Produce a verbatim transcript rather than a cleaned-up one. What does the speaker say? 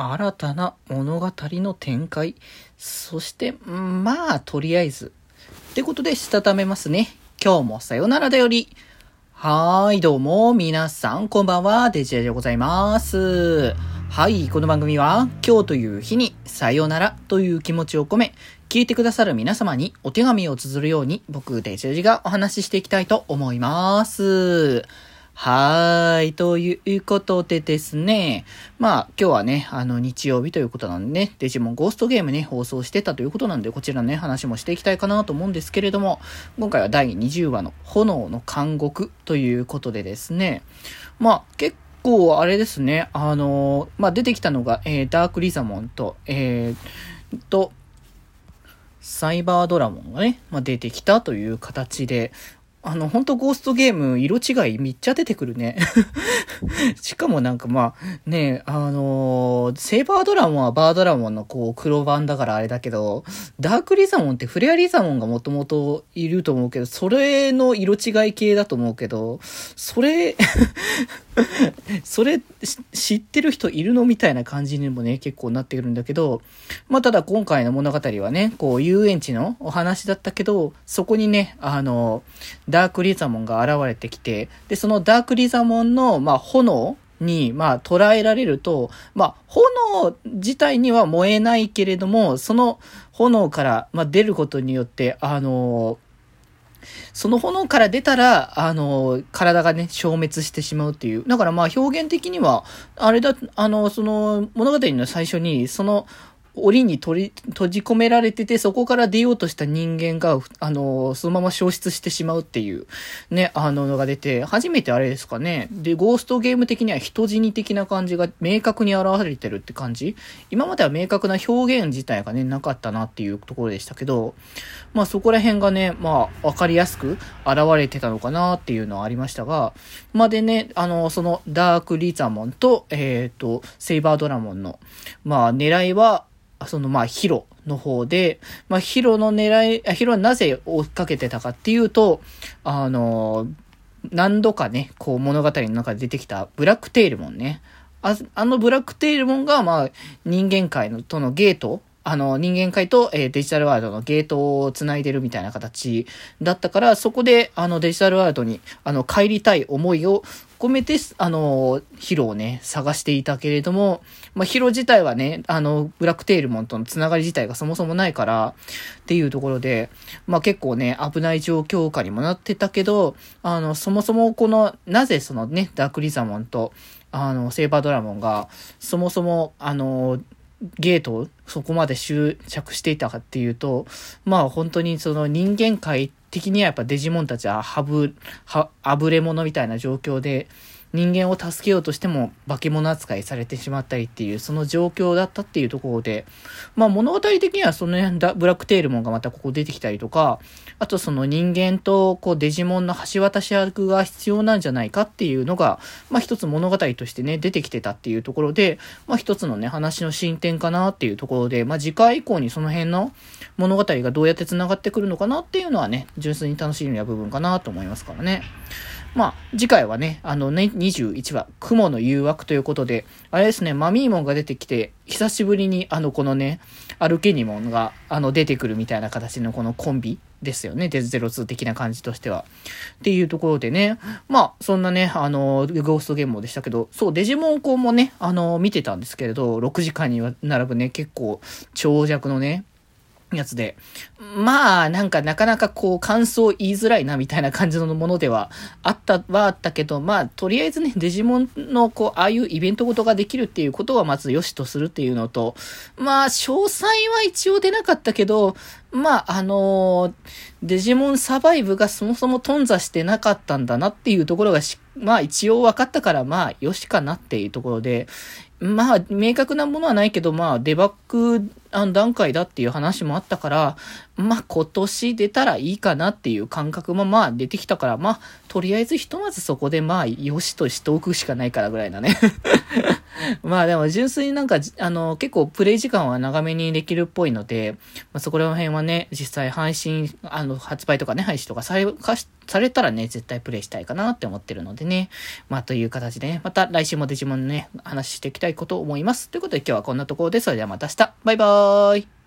新たな物語の展開。そして、まあ、とりあえず。ってことで、したためますね。今日もさよならだより。はーい、どうも、皆さん、こんばんは、デジェジでございます。はい、この番組は、今日という日に、さよならという気持ちを込め、聞いてくださる皆様にお手紙を綴るように、僕、デジェジがお話ししていきたいと思います。はーい。ということでですね。まあ、今日はね、あの、日曜日ということなんでね、デジモンゴーストゲームね、放送してたということなんで、こちらね、話もしていきたいかなと思うんですけれども、今回はだいにじゅうわの炎の監獄ということでですね。まあ、結構あれですね、あの、まあ、出てきたのが、えー、ダークリザモンと、えー、と、サイバードラモンがね、まあ、出てきたという形で、あの、本当ゴーストゲーム、色違いめっちゃ出てくるね。しかもなんかまあ、ね、あのー、セイバードラモンはバードラモンのこう、黒版だからあれだけど、ダークリザモンってフレアリザモンがもともといると思うけど、それの色違い系だと思うけど、それ、それ知ってる人いるのみたいな感じにもね、結構なってくるんだけど、まあただ今回の物語はね、こう、遊園地のお話だったけど、そこにね、あのー、ダークリザモンが現れてきて、で、そのダークリザモンの、まあ、炎に、まあ、捉えられると、まあ、炎自体には燃えないけれども、その炎から、まあ、出ることによって、あの、その炎から出たら、あの、体がね、消滅してしまうっていう。だからまあ、表現的には、あれだ、あの、その、物語の最初に、その、檻に取り、閉じ込められてて、そこから出ようとした人間が、あの、そのまま消失してしまうっていう、ね、あののが出て、初めてあれですかね。で、ゴーストゲーム的には人死に的な感じが明確に現れてるって感じ。今までは明確な表現自体がね、なかったなっていうところでしたけど、まあそこら辺がね、まあわかりやすく現れてたのかなっていうのはありましたが、まあでね、あの、そのダークリザモンと、えっと、セイバードラモンの、まあ狙いは、そのまあヒロの方で、まあヒロの狙い、ヒロはなぜ追っかけてたかっていうと、あの、何度かね、こう物語の中で出てきたブラックテイルモンね。あ、あのブラックテイルモンがまあ人間界のとのゲート、あの人間界と、えー、デジタルワールドのゲートを繋いでるみたいな形だったから、そこであのデジタルワールドにあの帰りたい思いを込めて、あの、ヒロをね、探していたけれども、まあ、ヒロ自体はね、あの、ブラックテイルモンとのつながり自体がそもそもないから、っていうところで、まあ、結構ね、危ない状況下にもなってたけど、あの、そもそもこの、なぜそのね、ダークリザモンと、あの、セイバードラモンが、そもそも、あの、ゲートをそこまで執着していたかっていうと、まあ本当にその人間界的にはやっぱデジモンたちははぶ、は、あぶれ者みたいな状況で、人間を助けようとしても化け物扱いされてしまったりっていう、その状況だったっていうところで、まあ物語的にはその辺だ、ブラックテイルモンがまたここ出てきたりとか、あとその人間とこうデジモンの橋渡し役が必要なんじゃないかっていうのが、まあ一つ物語としてね、出てきてたっていうところで、まあ一つのね、話の進展かなっていうところで、まあ次回以降にその辺の物語がどうやって繋がってくるのかなっていうのはね、純粋に楽しみな部分かなと思いますからね。まあ、次回はね、あのね、にじゅういちわ、雲の誘惑ということで、あれですね、マミーモンが出てきて、久しぶりにあの、このね、アルケニモンが、あの、出てくるみたいな形のこのコンビですよね。デズゼロツー的な感じとしては。っていうところでね、まあ、そんなね、あの、ゴーストゲームでしたけど、そう、デジモン校もね、あの、見てたんですけれど、ろくじかんに並ぶね、結構、長尺のね、やつで。まあ、なんかなかなかこう感想言いづらいなみたいな感じのものではあったはあったけど、まあ、とりあえずね、デジモンのこう、ああいうイベントごとができるっていうことはまず良しとするっていうのと、まあ、詳細は一応出なかったけど、まあ、あのー、デジモンサバイブがそもそも頓挫してなかったんだなっていうところがし、まあ一応分かったから、まあ、よしかなっていうところで、まあ、明確なものはないけど、まあ、デバッグ段階だっていう話もあったから、まあ、今年出たらいいかなっていう感覚もまあ出てきたから、まあ、とりあえずひとまずそこでまあ、よしとしておくしかないからぐらいなね。 まあでも純粋になんか、あの、結構プレイ時間は長めにできるっぽいので、まあ、そこら辺はね、実際配信、あの、発売とかね、配信とかされ、かしされたらね、絶対プレイしたいかなって思ってるのでね。まあという形でね、また来週もデジモンのね、話していきたいことを思います。ということで今日はこんなところで、それではまた明日。バイバーイ。